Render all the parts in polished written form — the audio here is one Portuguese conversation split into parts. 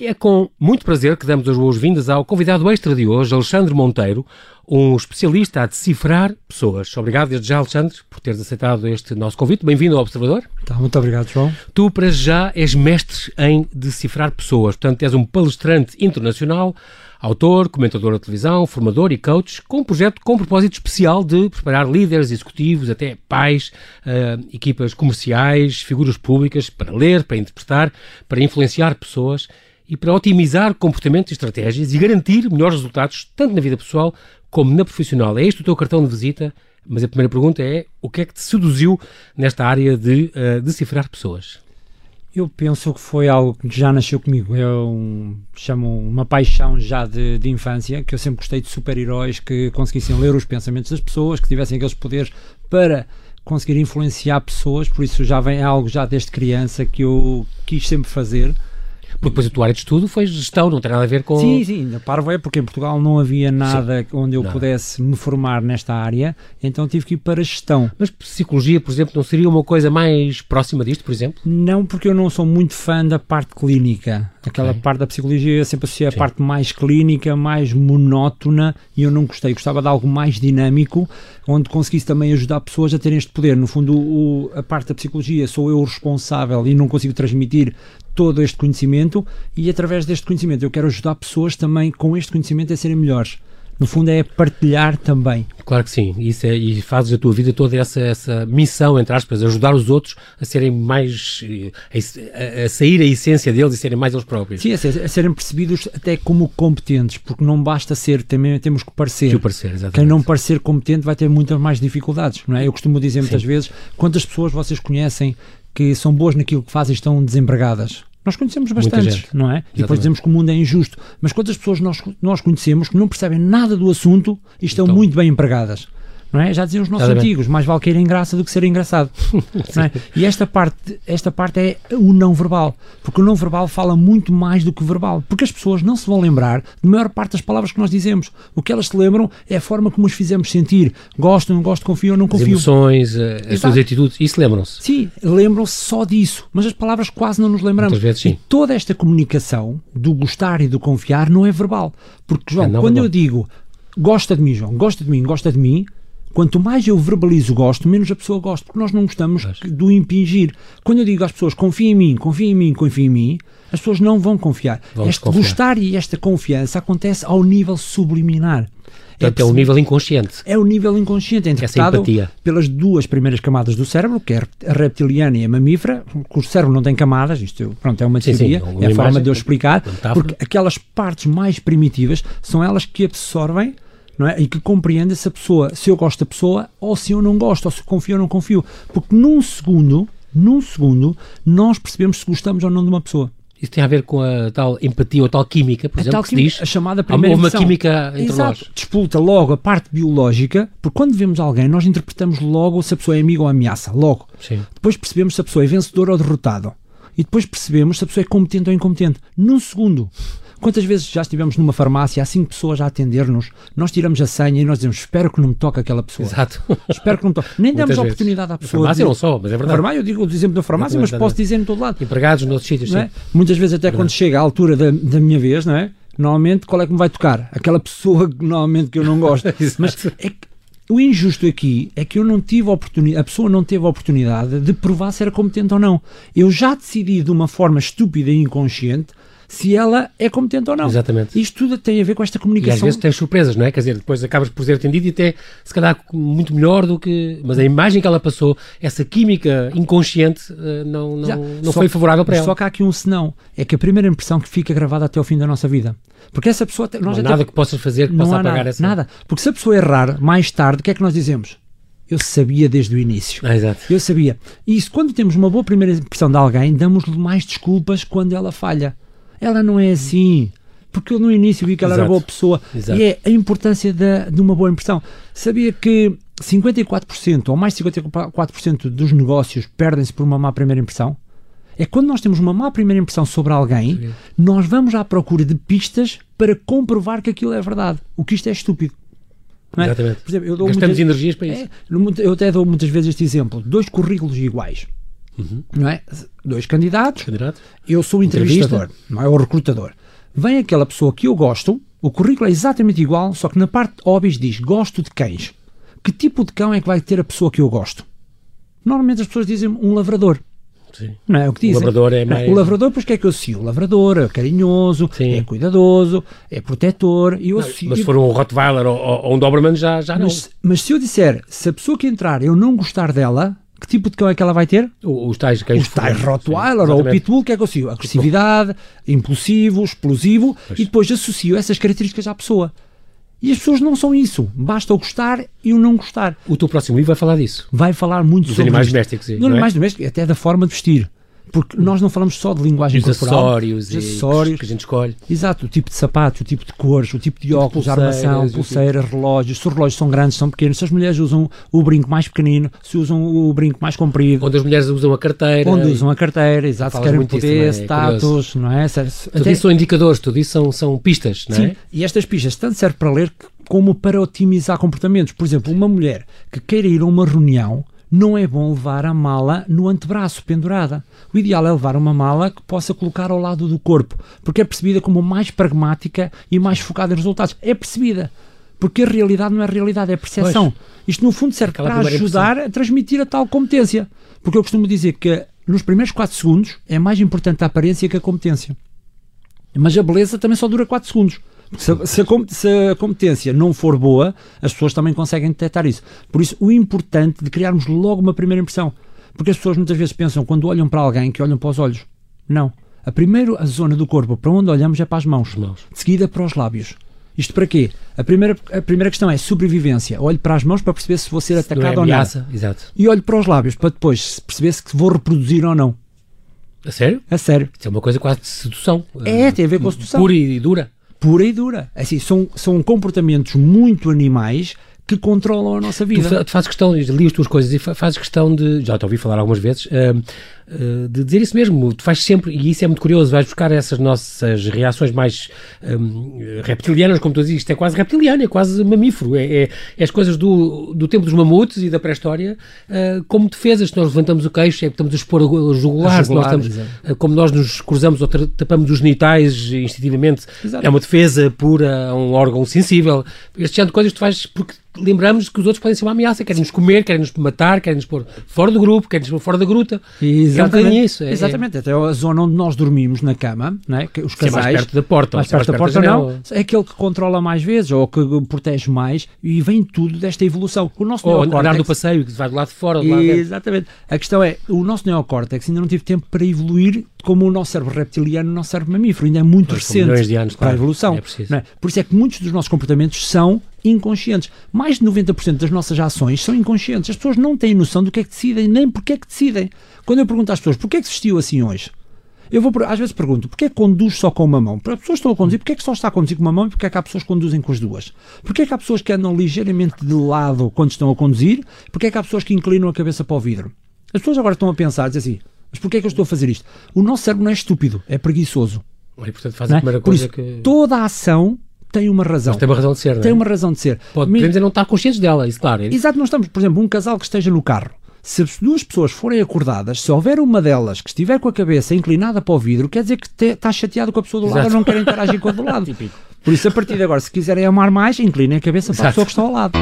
É com muito prazer que damos as boas-vindas ao convidado extra de hoje, Alexandre Monteiro, um especialista a decifrar pessoas. Obrigado desde já, Alexandre, por teres aceitado este nosso convite. Bem-vindo ao Observador. Tá, muito obrigado, João. Tu, para já, és mestre em decifrar pessoas. Portanto, és um palestrante internacional, autor, comentador de televisão, formador e coach, com um projeto com propósito especial de preparar líderes executivos, até pais, equipas comerciais, figuras públicas, para ler, para interpretar, para influenciar pessoas e para otimizar comportamentos e estratégias e garantir melhores resultados, tanto na vida pessoal como na profissional. É este o teu cartão de visita, mas a primeira pergunta é: o que é que te seduziu nesta área de decifrar pessoas? Eu penso que foi algo que já nasceu comigo. Chamo uma paixão já de infância, que eu sempre gostei de super-heróis que conseguissem ler os pensamentos das pessoas, que tivessem aqueles poderes para conseguir influenciar pessoas. Por isso já vem algo já desde criança que eu quis sempre fazer. Porque depois a tua área de estudo foi gestão, não tem nada a ver com... Sim, parvo é porque em Portugal não havia nada onde eu pudesse me formar nesta área, então tive que ir para gestão. Mas psicologia, por exemplo, não seria uma coisa mais próxima disto, por exemplo? Não, porque eu não sou muito fã da parte clínica. Aquela parte da psicologia eu sempre associei a parte mais clínica, mais monótona, e eu não gostei. Gostava de algo mais dinâmico, onde conseguisse também ajudar pessoas a terem este poder. No fundo, a parte da psicologia sou eu o responsável e não consigo transmitir todo este conhecimento, e através deste conhecimento eu quero ajudar pessoas também com este conhecimento a serem melhores. No fundo é partilhar também. Claro que sim, e fazes a tua vida toda essa missão, entre aspas, ajudar os outros a serem mais, a sair a essência deles e serem mais eles próprios. Sim, a serem percebidos até como competentes, porque não basta ser, também temos que parecer. Exatamente. Quem não parecer competente vai ter muitas mais dificuldades, não é? Eu costumo dizer muitas vezes, quantas pessoas vocês conhecem que são boas naquilo que fazem e estão desempregadas? Nós conhecemos bastantes, não é? E depois dizemos que o mundo é injusto. Mas quantas pessoas nós conhecemos que não percebem nada do assunto e estão muito bem empregadas? Não é? Já diziam os nossos antigos, mais vale cair em graça do que ser engraçado. Não é? E esta parte é o não verbal, porque o não verbal fala muito mais do que o verbal, porque as pessoas não se vão lembrar da maior parte das palavras que nós dizemos. O que elas se lembram é a forma como os fizemos sentir. Gosto, não gosto, confio ou não confio. As emoções, as suas atitudes, isso lembram-se. Sim, lembram-se só disso, mas as palavras quase não nos lembramos. Muitas vezes, sim. E toda esta comunicação do gostar e do confiar não é verbal, porque João, quando eu digo gosta de mim, João, gosta de mim, quanto mais eu verbalizo gosto, menos a pessoa gosta, porque nós não gostamos do impingir. Quando eu digo às pessoas confia em mim, as pessoas não vão confiar. Gostar e esta confiança acontece ao nível subliminar. Portanto, é o nível inconsciente. É o nível inconsciente, é interpretado pelas duas primeiras camadas do cérebro, que é a reptiliana e a mamífera, que o cérebro não tem camadas, isto é uma teoria, é a forma de eu explicar, porque aquelas partes mais primitivas são elas que absorvem, não é? E que compreende se eu gosto da pessoa ou se eu não gosto, ou se confio ou não confio, porque num segundo nós percebemos se gostamos ou não de uma pessoa. Isso tem a ver com a tal empatia ou a tal química, por exemplo, que se diz, a chamada primeira uma química entre nós. Disputa logo a parte biológica, porque quando vemos alguém nós interpretamos logo se a pessoa é amiga ou ameaça, logo. Sim. Depois percebemos se a pessoa é vencedora ou derrotada, e depois percebemos se a pessoa é competente ou incompetente, num segundo. Quantas vezes já estivemos numa farmácia, há 5 pessoas a atender-nos, nós tiramos a senha e nós dizemos, espero que não me toque aquela pessoa. Exato. Espero que não me toque. Nem damos a oportunidade à pessoa. Farmácia não só, mas é verdade. Eu digo o exemplo da farmácia, mas posso dizer em todo lado. Empregados noutros sítios, sim. Muitas vezes até quando chega à altura da minha vez, não é? Normalmente, qual é que me vai tocar? Aquela pessoa normalmente que eu não gosto. Mas é que o injusto aqui é que eu não tive a pessoa não teve a oportunidade de provar se era competente ou não. Eu já decidi de uma forma estúpida e inconsciente se ela é competente ou não. Exatamente. Isto tudo tem a ver com esta comunicação. E às vezes tens surpresas, não é? Quer dizer, depois acabas por ser atendido e até, se calhar, muito melhor do que... Mas a imagem que ela passou, essa química inconsciente, não foi favorável para ela. Só que há aqui um senão. É que a primeira impressão que fica gravada até ao fim da nossa vida. Porque essa pessoa... Não há nada que possas fazer que possa apagar essa... Nada. Porque se a pessoa errar mais tarde, o que é que nós dizemos? Eu sabia desde o início. Exato. Eu sabia. E isso, quando temos uma boa primeira impressão de alguém, damos-lhe mais desculpas quando ela falha. Ela não é assim, porque eu no início vi que ela era boa pessoa. Exato. E é a importância de uma boa impressão. Sabia que 54% ou mais de 54% dos negócios perdem-se por uma má primeira impressão? É quando nós temos uma má primeira impressão sobre alguém, nós vamos à procura de pistas para comprovar que aquilo é verdade. O que isto é estúpido. Não é? Exatamente. Por exemplo, gastamos energias para isso. Eu até dou muitas vezes este exemplo. 2 currículos iguais. não é? 2 candidatos, eu sou o entrevistador, não é? O recrutador. Vem aquela pessoa que eu gosto, o currículo é exatamente igual, só que na parte óbvia diz, gosto de cães. Que tipo de cão é que vai ter a pessoa que eu gosto? Normalmente as pessoas dizem um lavrador. Sim. Não é o que dizem? O lavrador é mais... O lavrador, pois que é que eu associo? O lavrador é carinhoso, é cuidadoso, é protetor. E eu associo... Mas se for um Rottweiler ou um Doberman, já não. Mas se eu disser, se a pessoa que entrar eu não gostar dela, que tipo de cão é que ela vai ter? Os tais Rottweiler ou o Pitbull, o que é que eu associo? Agressividade, impulsivo, explosivo, e depois associo essas características à pessoa. E as pessoas não são isso. Basta o gostar e o não gostar. O teu próximo livro vai falar disso. Vai falar muito sobre animais domésticos. Dos animais domésticos, até da forma de vestir. Porque nós não falamos só de linguagem corporal. Os acessórios que a gente escolhe. Exato, o tipo de sapatos, o tipo de cores, o tipo de óculos, a armação, pulseiras, relógios. Se os relógios são grandes, são pequenos. Se as mulheres usam o brinco mais pequenino, se usam o brinco mais comprido. Onde as mulheres usam a carteira. Exato, se querem poder, status, não é? Tudo isso são indicadores, tudo isso são pistas, não é? Sim, e estas pistas tanto servem para ler como para otimizar comportamentos. Por exemplo, uma mulher que queira ir a uma reunião, não é bom levar a mala no antebraço, pendurada. O ideal é levar uma mala que possa colocar ao lado do corpo, porque é percebida como mais pragmática e mais focada em resultados. É percebida, porque a realidade não é realidade, é percepção. Pois. Isto, no fundo, serve para ajudar a transmitir a tal competência. Porque eu costumo dizer que nos primeiros 4 segundos é mais importante a aparência que a competência. Mas a beleza também só dura 4 segundos. Se a competência não for boa, as pessoas também conseguem detectar isso. Por isso, o importante de criarmos logo uma primeira impressão. Porque as pessoas muitas vezes pensam, quando olham para alguém, que olham para os olhos. Não. A zona do corpo para onde olhamos é para as mãos. De seguida para os lábios. Isto para quê? A primeira questão é sobrevivência. Olho para as mãos para perceber se vou ser atacado ou não. Exato. E olho para os lábios para depois perceber se vou reproduzir ou não. A sério? A sério. Isso é uma coisa quase de sedução. Tem a ver com a sedução. Pura e dura. Pura e dura. Assim, são comportamentos muito animais que controlam a nossa vida. Tu fazes questão, li as tuas coisas e fazes questão de, já te ouvi falar algumas vezes, de dizer isso mesmo. Tu fazes sempre, e isso é muito curioso, vais buscar essas nossas reações mais reptilianas, como tu dizes, isto é quase reptiliano, é quase mamífero, é as coisas do tempo dos mamutes e da pré-história, como defesas, se nós levantamos o queixo, é que estamos a expor o jugular, como nós nos cruzamos ou tapamos os genitais instintivamente, é uma defesa pura a um órgão sensível. Este género de coisas tu fazes porque lembramos que os outros podem ser uma ameaça, querem-nos comer, querem-nos matar, querem-nos pôr fora do grupo, querem-nos pôr fora da gruta. Exatamente. Exatamente. Até a zona onde nós dormimos na cama, não é? Os casais, mais perto da porta. Mais perto da porta não. É aquele que controla mais vezes ou que protege mais, e vem tudo desta evolução. O nosso neocórtex... andar no passeio, que vai do lado de fora, do lado dentro. Exatamente. A questão é, o nosso neocórtex ainda não teve tempo para evoluir como o nosso cérebro reptiliano, o nosso cérebro mamífero. Ainda é muito recente de anos, para a evolução. Não é? Por isso é que muitos dos nossos comportamentos são inconscientes. Mais de 90% das nossas ações são inconscientes. As pessoas não têm noção do que é que decidem, nem porque é que decidem. Quando eu pergunto às pessoas, porquê é que se vestiu assim hoje? Às vezes pergunto, porquê é que conduz só com uma mão? As pessoas estão a conduzir, porquê é que só está a conduzir com uma mão e porquê é que há pessoas que conduzem com as duas? Porquê é que há pessoas que andam ligeiramente de lado quando estão a conduzir? Porquê é que há pessoas que inclinam a cabeça para o vidro? As pessoas agora estão a pensar, dizem assim, mas porquê é que eu estou a fazer isto? O nosso cérebro não é estúpido, é preguiçoso. E portanto faz a primeira coisa que... Toda a ação tem uma razão. Mas tem uma razão de ser, não é? Tem uma razão de ser. Podemos dizer não estar conscientes dela, isso claro. Exato, nós estamos, por exemplo, um casal que esteja no carro. Se as 2 pessoas forem acordadas, se houver uma delas que estiver com a cabeça inclinada para o vidro, quer dizer que está chateado com a pessoa do lado ou não quer interagir com a do lado. Típico. Por isso, a partir de agora, se quiserem amar mais, inclinem a cabeça para a pessoa que está ao lado.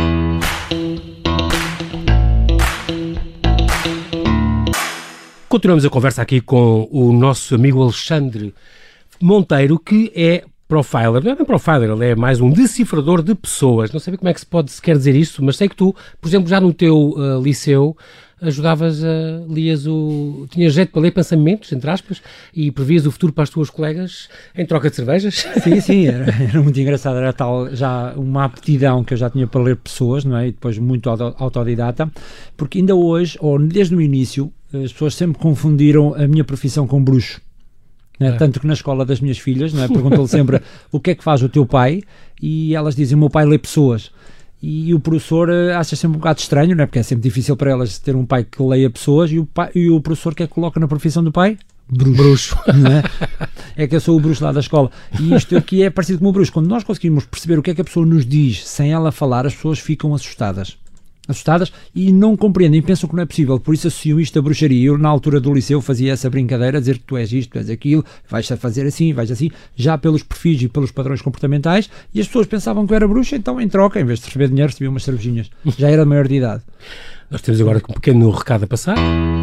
Continuamos a conversa aqui com o nosso amigo Alexandre Monteiro, que é profiler, não é bem profiler, ele é mais um decifrador de pessoas. Não sei como é que se pode sequer dizer isto, mas sei que tu, por exemplo, já no teu liceu, ajudavas tinhas jeito para ler pensamentos, entre aspas, e previas o futuro para as tuas colegas em troca de cervejas? Sim, era muito engraçado, era tal, já uma aptidão que eu já tinha para ler pessoas, não é? E depois muito autodidata, porque ainda hoje, ou desde o início, as pessoas sempre confundiram a minha profissão com bruxo. Tanto que na escola das minhas filhas, não é? Perguntam-lhe sempre o que é que faz o teu pai, e elas dizem, o meu pai lê pessoas. E o professor acha sempre um bocado estranho, não é? Porque é sempre difícil para elas ter um pai que leia pessoas, e o professor que é que coloca na profissão do pai? Bruxo. Não é? É que eu sou o bruxo lá da escola. E isto aqui é parecido com o bruxo. Quando nós conseguimos perceber o que é que a pessoa nos diz sem ela falar, as pessoas ficam assustadas. assustadas e não compreendem e pensam que não é possível, por isso associam isto à bruxaria. Eu, na altura do liceu, fazia essa brincadeira, dizer que tu és isto, tu és aquilo, vais a fazer assim, vais assim, já pelos perfis e pelos padrões comportamentais, e as pessoas pensavam que eu era bruxa, então em troca, em vez de receber dinheiro, recebia umas cervejinhas. Já era de maior de idade. Nós temos agora um pequeno recado a passar.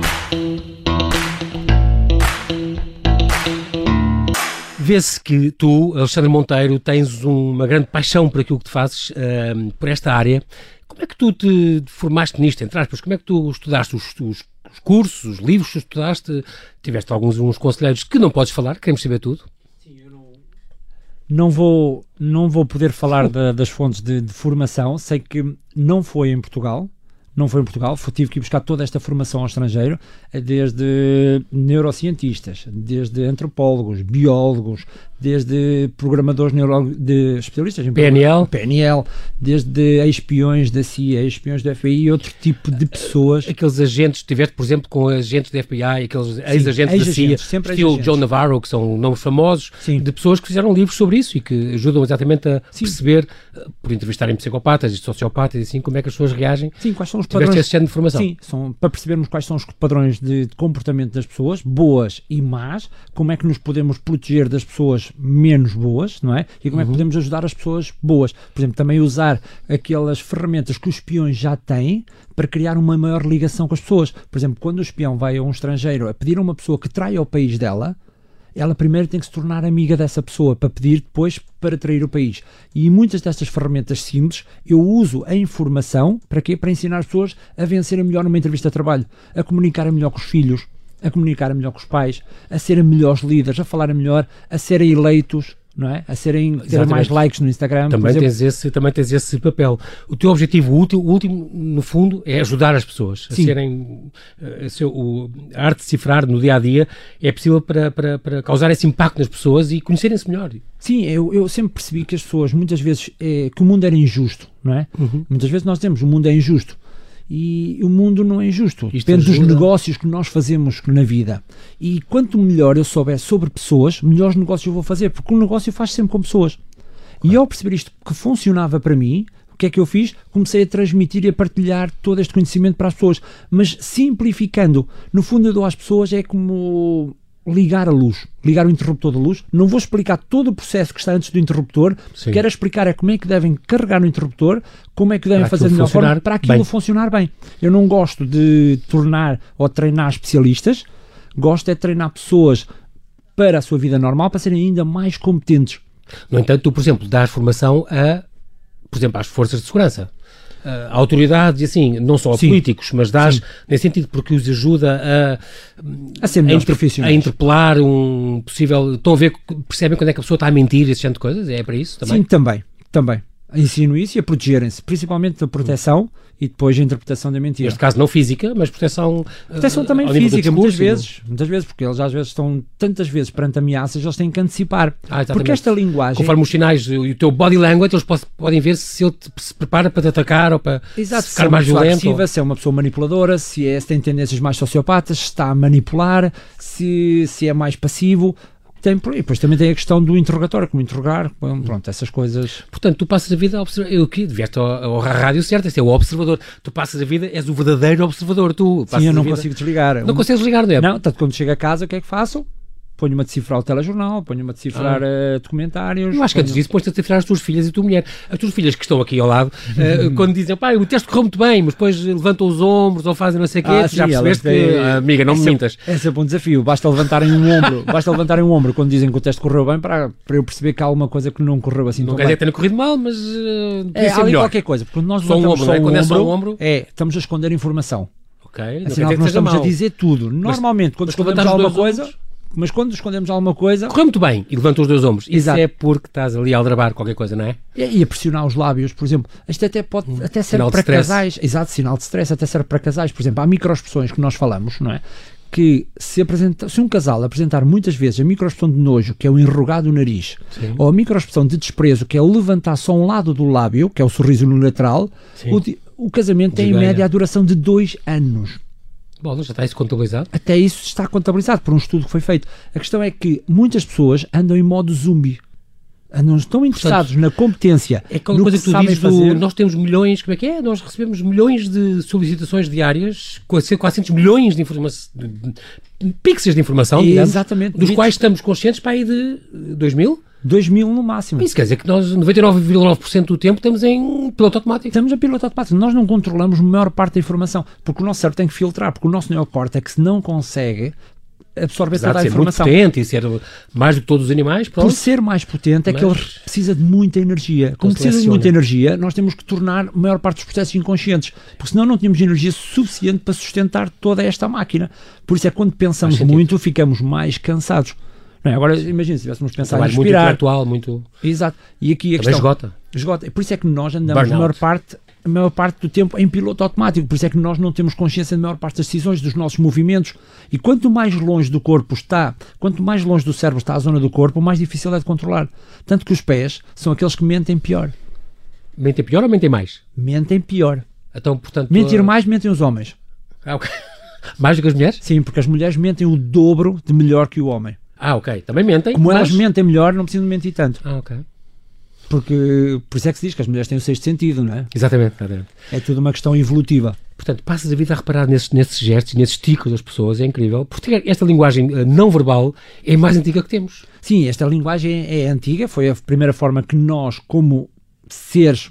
Vê-se que tu, Alexandre Monteiro, tens uma grande paixão por aquilo que tu fazes, por esta área. Como é que tu te formaste nisto, entre aspas? Como é que tu estudaste os cursos, os livros que tu estudaste? Tiveste uns conselheiros que não podes falar, queremos saber tudo. Sim, eu não vou poder falar das fontes de formação. Sei que não foi em Portugal. Tive que ir buscar toda esta formação ao estrangeiro, desde neurocientistas, desde antropólogos, biólogos, desde programadores especialistas em PNL, desde espiões da CIA, espiões do FBI e outro tipo de pessoas. Aqueles agentes, tiveste, por exemplo, com agentes da FBI, aqueles ex-agentes da CIA, estilo Joe Navarro, que são nomes famosos, de pessoas que fizeram livros sobre isso e que ajudam exatamente a perceber, por entrevistarem psicopatas e sociopatas, e assim, como é que as pessoas reagem. Sim, quais são os padrões? Tiveste esse género de formação? Sim, são para percebermos quais são os padrões de comportamento das pessoas, boas e más, como é que nos podemos proteger das pessoas menos boas, não é? E como é que podemos ajudar as pessoas boas. Por exemplo, também usar aquelas ferramentas que os espiões já têm para criar uma maior ligação com as pessoas. Por exemplo, quando o espião vai a um estrangeiro a pedir a uma pessoa que traia ao país dela, ela primeiro tem que se tornar amiga dessa pessoa para pedir depois para trair o país. E muitas destas ferramentas simples eu uso a informação para quê? Para ensinar as pessoas a vencerem melhor numa entrevista de trabalho, a comunicarem melhor com os filhos, a comunicarem melhor com os pais, a serem melhores líderes, a falarem melhor, a serem eleitos, não é? A ter mais likes no Instagram. Também tens esse papel. O teu objetivo último, no fundo, é ajudar as pessoas a serem... A arte de cifrar no dia-a-dia é possível para causar esse impacto nas pessoas e conhecerem-se melhor. Sim, eu sempre percebi que as pessoas, muitas vezes, que o mundo era injusto, não é? Muitas vezes nós dizemos o mundo é injusto. E o mundo não é injusto, depende dos negócios que nós fazemos na vida. E quanto melhor eu souber sobre pessoas, melhores negócios eu vou fazer, porque o negócio faz sempre com pessoas. Claro. E ao perceber isto que funcionava para mim, o que é que eu fiz? Comecei a transmitir e a partilhar todo este conhecimento para as pessoas, mas simplificando. No fundo eu dou às pessoas é como ligar a luz, ligar o interruptor da luz. Não vou explicar todo o processo que está antes do interruptor. Sim. Quero explicar é como é que devem carregar no interruptor, como é que devem fazer da melhor forma para aquilo funcionar bem. Eu não gosto de tornar ou treinar especialistas, gosto é de treinar pessoas para a sua vida normal, para serem ainda mais competentes. No entanto, tu, por exemplo, dás formação às forças de segurança. A autoridades e assim, não só a políticos, mas dás nesse sentido porque os ajuda a ser melhores profissionais, a interpelar um possível... Estão a ver, percebem quando é que a pessoa está a mentir, esse tipo de coisas? É para isso também? Sim, também. Ensino isso e a protegerem-se, principalmente a proteção e depois a interpretação da mentira. Neste caso não física, mas proteção também física, muitas vezes, porque eles às vezes estão tantas vezes perante ameaças, eles têm que antecipar. Porque esta linguagem... Conforme os sinais e o teu body language, eles podem ver se ele se prepara para te atacar ou para ficar mais violento. Se é uma pessoa manipuladora, se tem tendências mais sociopatas, se está a manipular, se é mais passivo... E depois também tem a questão do interrogatório, como interrogar, pronto, essas coisas. Portanto, tu passas a vida a observar. Eu que vieste ao rádio certo, esse é o observador. Tu passas a vida, és o verdadeiro observador. Sim, eu não consigo desligar. Não consegues desligar, não é? Não, tanto quando chego a casa, o que é que faço? Ponho-me a decifrar o telejornal, ponho-me a decifrar documentários. Eu acho que antes disso pões-te a decifrar as tuas filhas e a tua mulher. As tuas filhas que estão aqui ao lado, quando dizem, pai, o teste correu muito bem, mas depois levantam os ombros ou fazem não sei o quê, já percebeste que, amiga, não me mintas. É sempre um desafio, basta levantarem um ombro quando dizem que o teste correu bem para eu perceber que há alguma coisa que não correu assim tão bem. Não quer dizer que tenha corrido mal, mas há ali qualquer coisa, porque quando nós levantamos só um ombro, estamos a esconder informação. É sinal que nós estamos a dizer tudo. Normalmente, quando escondemos alguma coisa... Mas quando escondemos alguma coisa... Correu muito bem e levanta os dois ombros. Exato. Isso é porque estás ali a aldrabar qualquer coisa, não é? E a pressionar os lábios, por exemplo. Isto até pode até serve para casais. Exato, sinal de stress, até serve para casais. Por exemplo, há microexpressões que nós falamos, não é? Que se um casal apresentar muitas vezes a microexpressão de nojo, que é o enrugado do nariz, ou a microexpressão de desprezo, que é levantar só um lado do lábio, que é o sorriso unilateral, o casamento tem em média a duração de 2 anos. Bom, já está isso contabilizado? Até isso está contabilizado por um estudo que foi feito. A questão é que muitas pessoas andam em modo zumbi. Não estão interessados na competência. É aquela coisa que tu dizes nós temos milhões, como é que é? Nós recebemos milhões de solicitações diárias, 400 milhões de informação, pixels de informação, digamos, exatamente, dos quais estamos conscientes para aí de 2000? 2000 no máximo. Isso quer dizer que nós 99,9% do tempo estamos em piloto automático. Estamos em piloto automático. Nós não controlamos a maior parte da informação, porque o nosso cérebro tem que filtrar, porque o nosso neocórtex não consegue absorver toda a informação. Ser muito potente e ser mais do que todos os animais. Por ser mais potente é que ele precisa de muita energia. Como precisa de muita energia, nós temos que tornar a maior parte dos processos inconscientes, porque senão não tínhamos energia suficiente para sustentar toda esta máquina. Por isso é que quando pensamos muito, ficamos mais cansados. Não é? Agora, imagina, se tivéssemos pensado em respirar... muito intelectual, muito... Exato. E aqui a questão... esgota. Por isso é que nós andamos a maior parte do tempo em piloto automático. Por isso é que nós não temos consciência da maior parte das decisões, dos nossos movimentos. E quanto mais longe do corpo está, quanto mais longe do cérebro está a zona do corpo, mais difícil é de controlar. Tanto que os pés são aqueles que mentem pior. Mentem pior ou mentem mais? Mentem pior. Então, portanto... Mentir mais, mentem os homens. Ok. Mais do que as mulheres? Sim, porque as mulheres mentem o dobro de melhor que o homem. Ok. Também mentem. Como elas mentem melhor, não precisam de mentir tanto. Ok. Porque, por isso é que se diz que as mulheres têm o sexto sentido, não é? Exatamente. É tudo uma questão evolutiva. Portanto, passas a vida a reparar nesses gestos, nesses ticos das pessoas, é incrível. Porque esta linguagem não verbal é a mais antiga que temos. Sim, esta linguagem é antiga, foi a primeira forma que nós, como seres,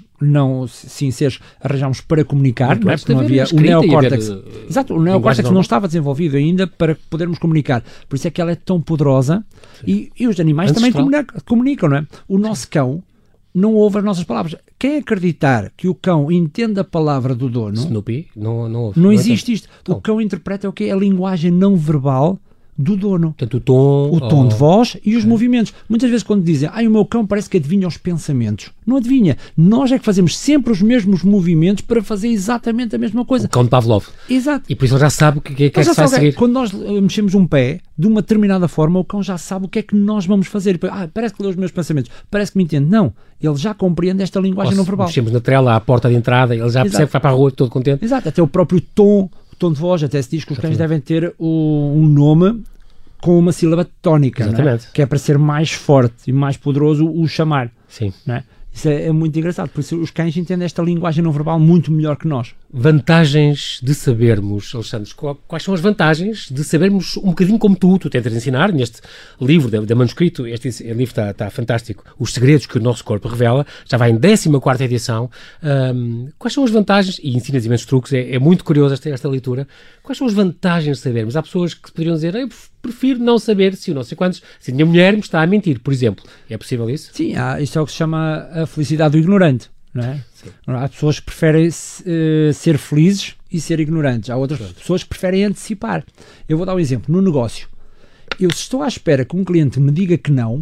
arranjámos para comunicar, não é? Porque não havia o neocórtex. Exato, o neocórtex não estava desenvolvido ainda para podermos comunicar. Por isso é que ela é tão poderosa e os animais também comunicam, não é? O nosso cão não ouve as nossas palavras. Quem acreditar que o cão entende a palavra do dono... Snoopy, não ouve. Não existe isto. O cão interpreta o que é a linguagem não verbal do dono. Portanto, o tom de voz e os movimentos. Muitas vezes quando dizem, o meu cão parece que adivinha os pensamentos. Não adivinha. Nós é que fazemos sempre os mesmos movimentos para fazer exatamente a mesma coisa. O cão de Pavlov. Exato. E por isso ele já sabe o que é que se vai seguir. Quando nós mexemos um pé de uma determinada forma, o cão já sabe o que é que nós vamos fazer. Parece que lê os meus pensamentos. Parece que me entende. Não. Ele já compreende esta linguagem não verbal. Mexemos na trela, à porta de entrada, ele já percebe que vai para a rua todo contente. Exato. Até o próprio tom de voz, até se diz que os cães devem ter um nome com uma sílaba tónica, não é? Que é para ser mais forte e mais poderoso o chamar. Sim. Não é? Isso é muito engraçado, por isso os cães entendem esta linguagem não verbal muito melhor que nós. Vantagens de sabermos, Alexandre, quais são as vantagens de sabermos um bocadinho como tu tentas ensinar neste livro da manuscrito, este livro está fantástico, Os Segredos que o Nosso Corpo Revela, já vai em 14ª edição. Quais são as vantagens, e ensinas imensos truques, é muito curioso esta leitura, quais são as vantagens de sabermos? Há pessoas que poderiam dizer, eu prefiro não saber se não sei quantos, se a minha mulher me está a mentir, por exemplo. É possível isso? Sim, isso é o que se chama a felicidade do ignorante. Não é? Há pessoas que preferem ser felizes e ser ignorantes. Há outras pessoas que preferem antecipar. Eu vou dar um exemplo. No negócio, eu se estou à espera que um cliente me diga que não,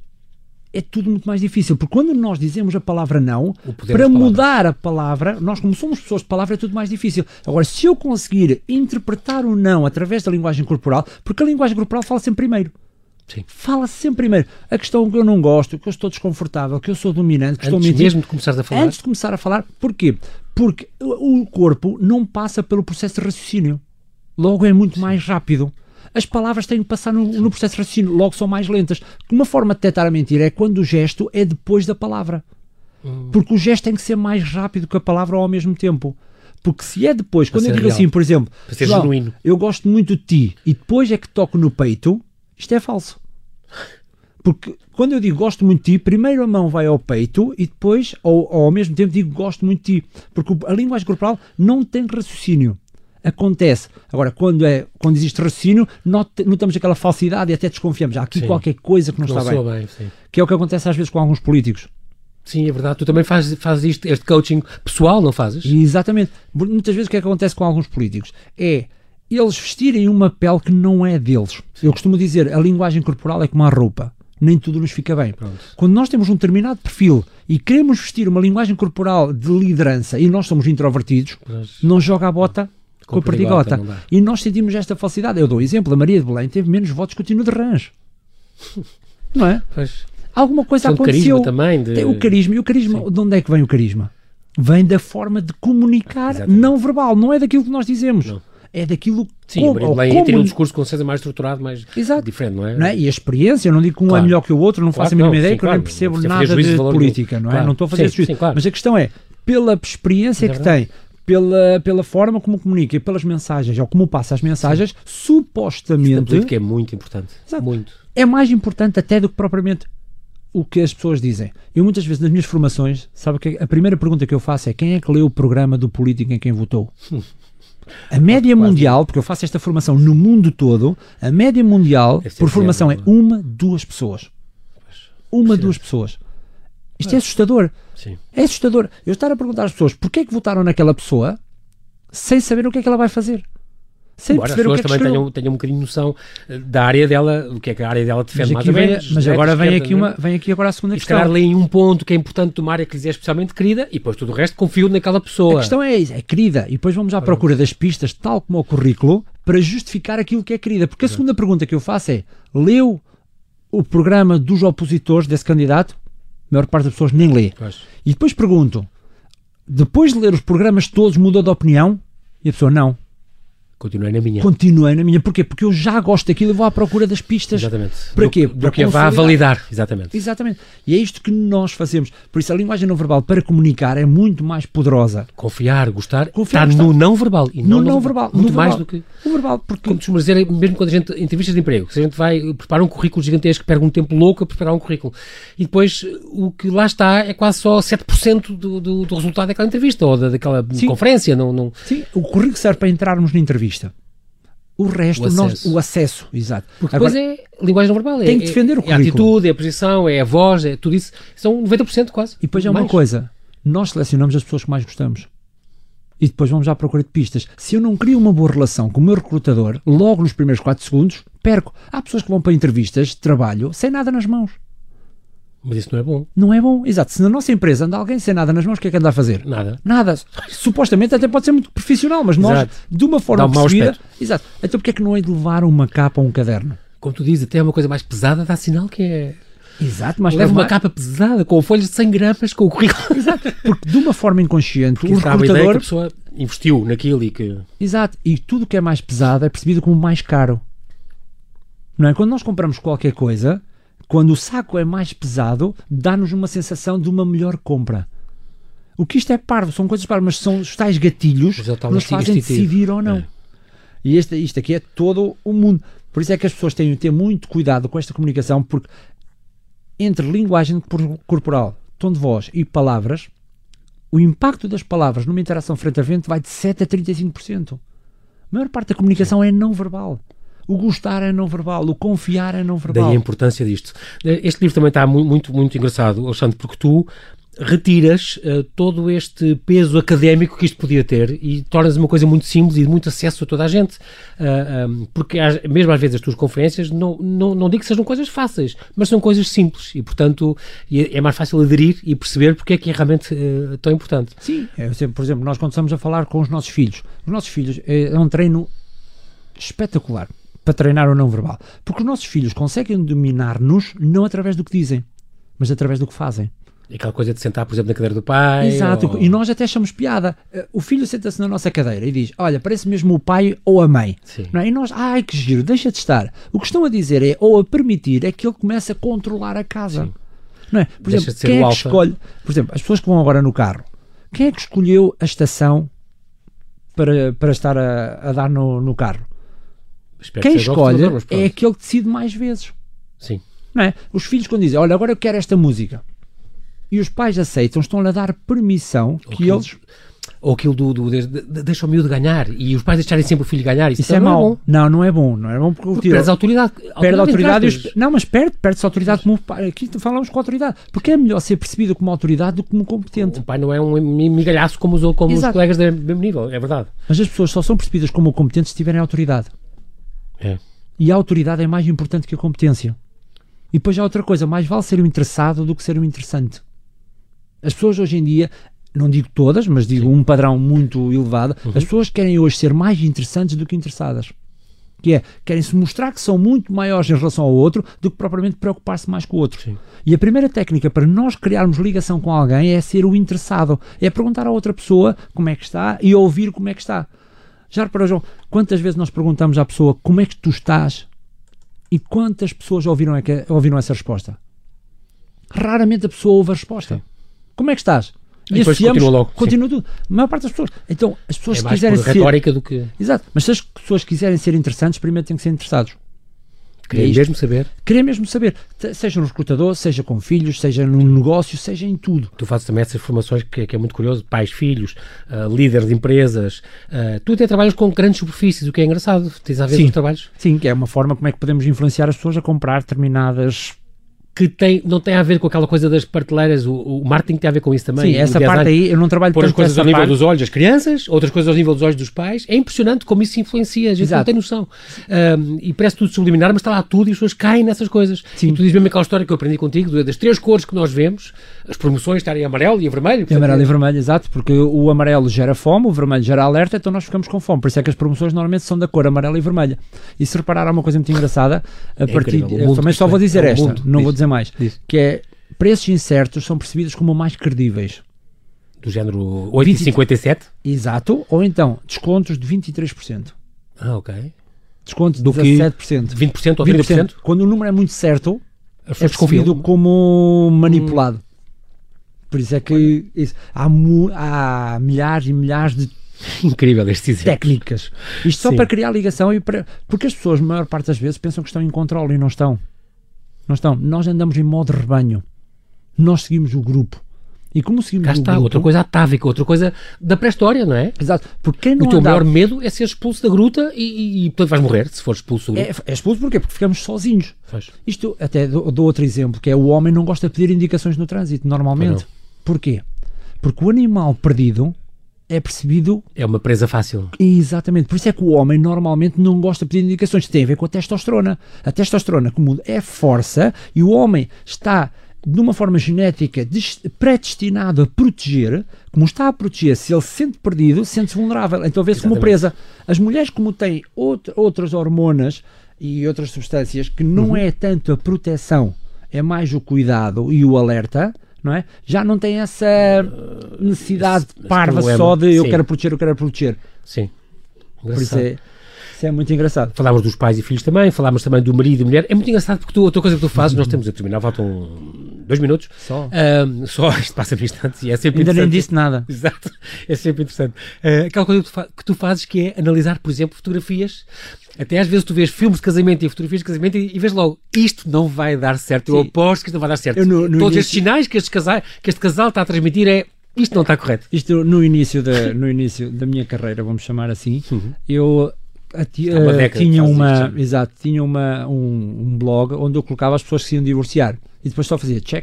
é tudo muito mais difícil. Porque quando nós dizemos a palavra não, para mudar a palavra, nós como somos pessoas de palavra, é tudo mais difícil. Agora, se eu conseguir interpretar o não através da linguagem corporal, porque a linguagem corporal fala sempre primeiro. Sim. Fala sempre primeiro. A questão que eu não gosto, que eu estou desconfortável, que eu sou dominante, que estou mentindo. Mesmo de começares a falar? Antes de começar a falar. Porquê? Porque o corpo não passa pelo processo de raciocínio. Logo é muito mais rápido. As palavras têm que passar no processo de raciocínio. Logo são mais lentas. Uma forma de detectar a mentira é quando o gesto é depois da palavra. Porque o gesto tem que ser mais rápido que a palavra ao mesmo tempo. Porque se é depois, quando eu digo assim, por exemplo, eu gosto muito de ti, e depois é que toco no peito, isto é falso. Porque quando eu digo gosto muito de ti, primeiro a mão vai ao peito e depois, ou ao mesmo tempo, digo gosto muito de ti. Porque a linguagem corporal não tem raciocínio. Acontece. Agora, quando existe raciocínio, notamos aquela falsidade e até desconfiamos. Há aqui qualquer coisa que não está bem. Que é o que acontece às vezes com alguns políticos. Sim, é verdade. Tu também fazes este coaching pessoal, não fazes? Exatamente. Muitas vezes o que é que acontece com alguns políticos? É eles vestirem uma pele que não é deles. Eu costumo dizer, a linguagem corporal é como a roupa. Nem tudo nos fica bem. Pronto. Quando nós temos um determinado perfil e queremos vestir uma linguagem corporal de liderança e nós somos introvertidos, não joga a bota com a perdigota. E nós sentimos esta falsidade. Eu dou um exemplo, a Maria de Belém teve menos votos que o Tino de Rãs. Não é? Pois. Alguma coisa aconteceu. Carisma também. Tem o carisma. E o carisma, de onde é que vem o carisma? Vem da forma de comunicar não verbal. Não é daquilo que nós dizemos. Não. é daquilo Sim, como tem um discurso com certeza mais estruturado, mais diferente, não é? E a experiência, eu não digo que um é melhor que o outro, não faço a mínima ideia, que eu nem percebo nada de política, não é? Não estou a fazer esse juízo. Mas a questão é, pela experiência que tem, pela forma como comunica e pelas mensagens, ou como passa as mensagens, supostamente... A política é muito importante. Muito. É mais importante até do que propriamente o que as pessoas dizem. Eu muitas vezes nas minhas formações, sabe que a primeira pergunta que eu faço é quem é que leu o programa do político em quem votou? A média mundial, porque eu faço esta formação no mundo todo, a média mundial por formação é 1-2 pessoas. 1-2 pessoas. Isto é assustador. Sim. É assustador. Eu estar a perguntar às pessoas porquê é que votaram naquela pessoa sem saber o que é que ela vai fazer. Sem Embora perceber as o que é pessoas que também tenham um bocadinho de noção da área dela, o que é que a área dela defende mais ou menos. Mas agora vem aqui agora a segunda questão. E se calhar leem um ponto que é importante de uma área que lhes é especialmente querida e depois tudo o resto confio naquela pessoa. A questão é isso, é querida. E depois vamos à procura das pistas, tal como o currículo, para justificar aquilo que é querida. Porque a segunda pergunta que eu faço é, leu o programa dos opositores desse candidato? A maior parte das pessoas nem lê. E depois pergunto, depois de ler os programas todos mudou de opinião? E a pessoa não. Continuei na minha. Porquê? Porque eu já gosto daquilo e vou à procura das pistas. Exatamente. Para quê? Do que a vá validar. Exatamente. E é isto que nós fazemos. Por isso a linguagem não verbal para comunicar é muito mais poderosa. Confiar, gostar, está no não verbal. E no não verbal. Muito no mais verbal. do que... O verbal, porque... Como costuma dizer, mesmo quando a gente, entrevistas de emprego, se a gente vai preparar um currículo gigantesco, perde um tempo louco a preparar um currículo. E depois o que lá está é quase só 7% do resultado daquela entrevista ou daquela conferência. Não... Sim, o currículo serve para entrarmos na entrevista. O resto, o acesso, exato. Porque depois é linguagem não verbal. Tem que defender o currículo. É a atitude, é a posição, é a voz, é tudo isso. São 90% quase. E depois é uma coisa, nós selecionamos as pessoas que mais gostamos. E depois vamos à procura de pistas. Se eu não crio uma boa relação com o meu recrutador, logo nos primeiros 4 segundos, perco. Há pessoas que vão para entrevistas de trabalho sem nada nas mãos. Mas isso não é bom. Não é bom, exato. Se na nossa empresa anda alguém sem nada nas mãos, o que é que anda a fazer? Nada. Supostamente até pode ser muito profissional, mas nós, de uma forma percebida... Exato. Então porque é que não é de levar uma capa ou um caderno? Como tu dizes, até uma coisa mais pesada dá sinal que é... Exato, mas leva uma capa pesada, com folhas de 100 gramas, com o currículo. Exato, porque de uma forma inconsciente o recrutador... que a pessoa investiu naquilo e que... Exato, e tudo que é mais pesado é percebido como mais caro. Não é? Quando nós compramos qualquer coisa... Quando o saco é mais pesado, dá-nos uma sensação de uma melhor compra. O que isto é parvo, são coisas parvas, mas são os tais gatilhos que nos fazem decidir ou não. E isto aqui é todo o mundo. Por isso é que as pessoas têm de ter muito cuidado com esta comunicação, porque entre linguagem corporal, tom de voz e palavras, o impacto das palavras numa interação frente a frente vai de 7% a 35%. A maior parte da comunicação é não verbal. O gostar é não verbal, o confiar é não verbal. Daí a importância disto. Este livro também está muito, muito engraçado, Alexandre, porque tu retiras todo este peso académico que isto podia ter e tornas uma coisa muito simples e de muito acesso a toda a gente. Porque mesmo às vezes as tuas conferências, não digo que sejam coisas fáceis, mas são coisas simples e, portanto, é mais fácil aderir e perceber porque é que é realmente tão importante. Sim, por exemplo, nós quando estamos a falar com os nossos filhos é um treino espetacular para treinar o não verbal. Porque os nossos filhos conseguem dominar-nos não através do que dizem, mas através do que fazem. Aquela coisa de sentar, por exemplo, na cadeira do pai. Exato, e nós até achamos piada. O filho senta-se na nossa cadeira e diz, olha, parece mesmo o pai ou a mãe. Não é? E nós, ai que giro, deixa de estar. O que estão a dizer é, ou a permitir, é que ele comece a controlar a casa. Sim. Não é? Por exemplo, quem é que escolhe, por exemplo, as pessoas que vão agora no carro, quem é que escolheu a estação para estar a dar no carro? Quem escolhe é aquele que decide mais vezes. Sim. Não é? Os filhos quando dizem, olha, agora eu quero esta música, e os pais aceitam, estão-lhe a dar permissão que eles... Ou aquilo deixa o miúdo ganhar, e os pais deixarem sempre o filho ganhar, isso é mau. Não é bom. Não é bom porque perdes a autoridade. Perde a autoridade. Não, mas perde-se a autoridade como pai. Aqui falamos com autoridade. Porque é melhor ser percebido como autoridade do que como competente. O pai não é um migalhaço como os colegas do mesmo nível, é verdade. Mas as pessoas só são percebidas como competentes se tiverem autoridade. E a autoridade é mais importante que a competência. E depois há outra coisa, mais vale ser um interessado do que ser um interessante. As pessoas hoje em dia, não digo todas, mas digo um padrão muito elevado, as pessoas querem hoje ser mais interessantes do que interessadas. Que é, querem se mostrar que são muito maiores em relação ao outro do que propriamente preocupar-se mais com o outro. Sim. E a primeira técnica para nós criarmos ligação com alguém é ser o interessado. É perguntar à outra pessoa como é que está e ouvir como é que está. Já reparou, João, quantas vezes nós perguntamos à pessoa como é que tu estás e quantas pessoas ouviram essa resposta? Raramente a pessoa ouve a resposta. Sim. Como é que estás? E depois continua logo. Continua tudo. A maior parte das pessoas. Então, as pessoas mais quiserem por retórica do que... Exato. Mas se as pessoas quiserem ser interessantes, primeiro têm que ser interessados. Querem mesmo saber. Querem mesmo saber. Seja no recrutador, seja com filhos, seja no negócio, seja em tudo. Tu fazes também essas formações que é muito curioso. Pais, filhos, líderes de empresas. Tu até trabalhas com grandes superfícies, o que é engraçado. Tens a ver com os trabalhos? Sim, que é uma forma como é que podemos influenciar as pessoas a comprar determinadas... que não tem a ver com aquela coisa das prateleiras, o marketing tem a ver com isso também. Sim, essa parte aí, eu não trabalho tanto com essa parte. Pôr as coisas ao nível dos olhos das crianças, outras coisas ao nível dos olhos dos pais. É impressionante como isso influencia, a gente não tem noção. E parece tudo subliminar, mas está lá tudo e as pessoas caem nessas coisas. Sim. E tu dizes mesmo aquela história que eu aprendi contigo, das 3 cores que nós vemos, as promoções estarem amarelo e vermelho. Portanto, amarelo e vermelho, exato, porque o amarelo gera fome, o vermelho gera alerta, então nós ficamos com fome. Por isso é que as promoções normalmente são da cor amarela e vermelha. E se reparar, há uma coisa muito engraçada, eu também só vou dizer esta, não vou dizer mais, que é preços incertos são percebidos como mais credíveis. Do género 8,57? Exato. Ou então, descontos de 23%. Ok. Descontos de 17%. 20% ou 30%? Quando o número é muito certo, é percebido como manipulado. Por isso é que há milhares e milhares de incrível este exemplo. Técnicas. Isto só para criar ligação e porque as pessoas, a maior parte das vezes, pensam que estão em controle e não estão. Não estão. Nós andamos em modo rebanho. Nós seguimos o grupo. E como seguimos cá está, grupo, outra coisa atávica, outra coisa da pré-história, não é? Exato. Porque quem não o teu maior medo é ser expulso da gruta e portanto vais morrer se for expulso da gruta. É expulso porquê? Porque ficamos sozinhos. Faz. Isto, até dou outro exemplo, que é o homem não gosta de pedir indicações no trânsito, normalmente. Porquê? Porque o animal perdido é percebido... É uma presa fácil. Exatamente. Por isso é que o homem normalmente não gosta de pedir indicações. Tem a ver com a testosterona. A testosterona, como é força, e o homem está, de uma forma genética, predestinado a proteger. Como está a proteger, se ele se sente perdido, sente-se vulnerável. Então vê-se como presa. As mulheres, como têm outras hormonas e outras substâncias, que não é tanto a proteção, é mais o cuidado e o alerta... Não é? Já não tem essa necessidade parva só de eu quero proteger. Sim. Por isso é muito engraçado. Falámos dos pais e filhos também, falámos também do marido e mulher. É muito engraçado porque outra coisa que tu fazes, nós temos a terminar, faltam 2 minutos. Só isto passa no instante e é sempre ainda interessante. Nem disse nada. Exato, é sempre interessante. Aquela coisa que tu fazes que é analisar, por exemplo, fotografias. Até às vezes tu vês filmes de casamento e fotografias de casamento e vês logo, isto não vai dar certo. Eu aposto que isto não vai dar certo. Todos estes sinais que este casal está a transmitir isto não está correto. Isto no início da minha carreira, vamos chamar assim, eu tinha um blog onde eu colocava as pessoas que se iam divorciar e depois só fazia check.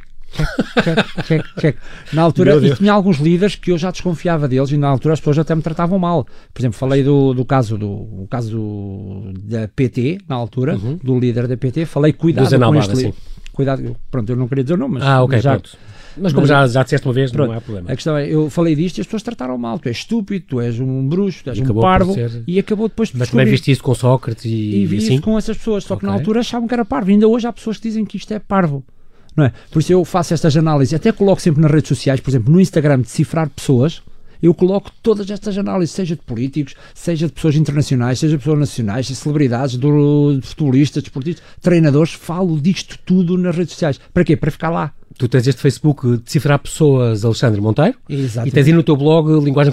Na altura, e tinha alguns líderes que eu já desconfiava deles e na altura as pessoas até me tratavam mal. Por exemplo, falei do caso da PT, na altura, do líder da PT, falei cuidado com este líder. Cuidado, pronto, eu não queria dizer o nome, mas como já disseste uma vez, pronto, não há problema. A questão é, eu falei disto e as pessoas trataram mal. Tu és estúpido, tu és um bruxo, tu és um parvo e acabou depois de Mas também viste isso com Sócrates e vi assim? isso com essas pessoas, só que na altura achavam que era parvo. Ainda hoje há pessoas que dizem que isto é parvo. Não é? Por isso eu faço estas análises, até coloco sempre nas redes sociais, por exemplo, no Instagram, decifrar pessoas, eu coloco todas estas análises, seja de políticos, seja de pessoas internacionais, seja de pessoas nacionais, de celebridades, de futebolistas, desportistas, treinadores, falo disto tudo nas redes sociais. Para quê? Para ficar lá. Tu tens este Facebook Decifrar Pessoas, Alexandre Monteiro. Exatamente. E tens aí no teu blog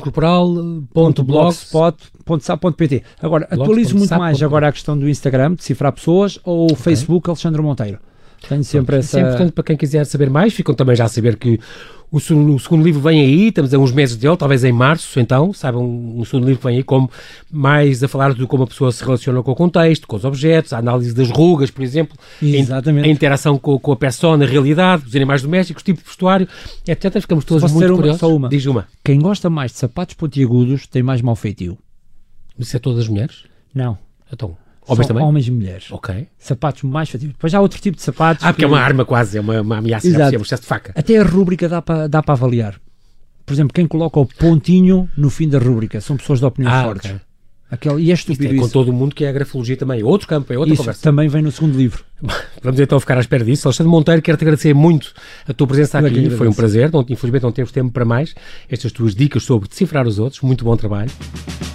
linguagemcorporal.blogspot.pt. Agora, atualizo muito mais agora a questão do Instagram, Decifrar Pessoas, ou Facebook Alexandre Monteiro. Tenho sempre essa... É importante para quem quiser saber mais, ficam também já a saber que o segundo livro vem aí, estamos a uns meses dele, talvez em março, então, saibam, o segundo livro vem aí como mais a falar de como a pessoa se relaciona com o contexto, com os objetos, a análise das rugas, por exemplo, a interação com a persona, a realidade, os animais domésticos, tipo de vestuário, etc. Ficamos todos muito curiosos. Só uma. Diz uma. Quem gosta mais de sapatos pontiagudos tem mais mau feitio. Isso é todas as mulheres? Não. Então... Homens também? Homens e mulheres. Ok. Sapatos mais fativos. Depois há outro tipo de sapatos. Porque é uma arma quase, é uma ameaça, é um excesso de faca. Até a rúbrica dá para avaliar. Por exemplo, quem coloca o pontinho no fim da rúbrica são pessoas de opiniões fortes. Okay. E é estúpido isso. Com todo o mundo que é a grafologia também. É outro campo, é outra conversa. Isso também vem no segundo livro. Vamos então ficar à espera disso. Alexandre Monteiro, quero-te agradecer muito a tua presença aqui. Foi um prazer. Infelizmente não temos tempo para mais. Estas tuas dicas sobre decifrar os outros. Muito bom trabalho.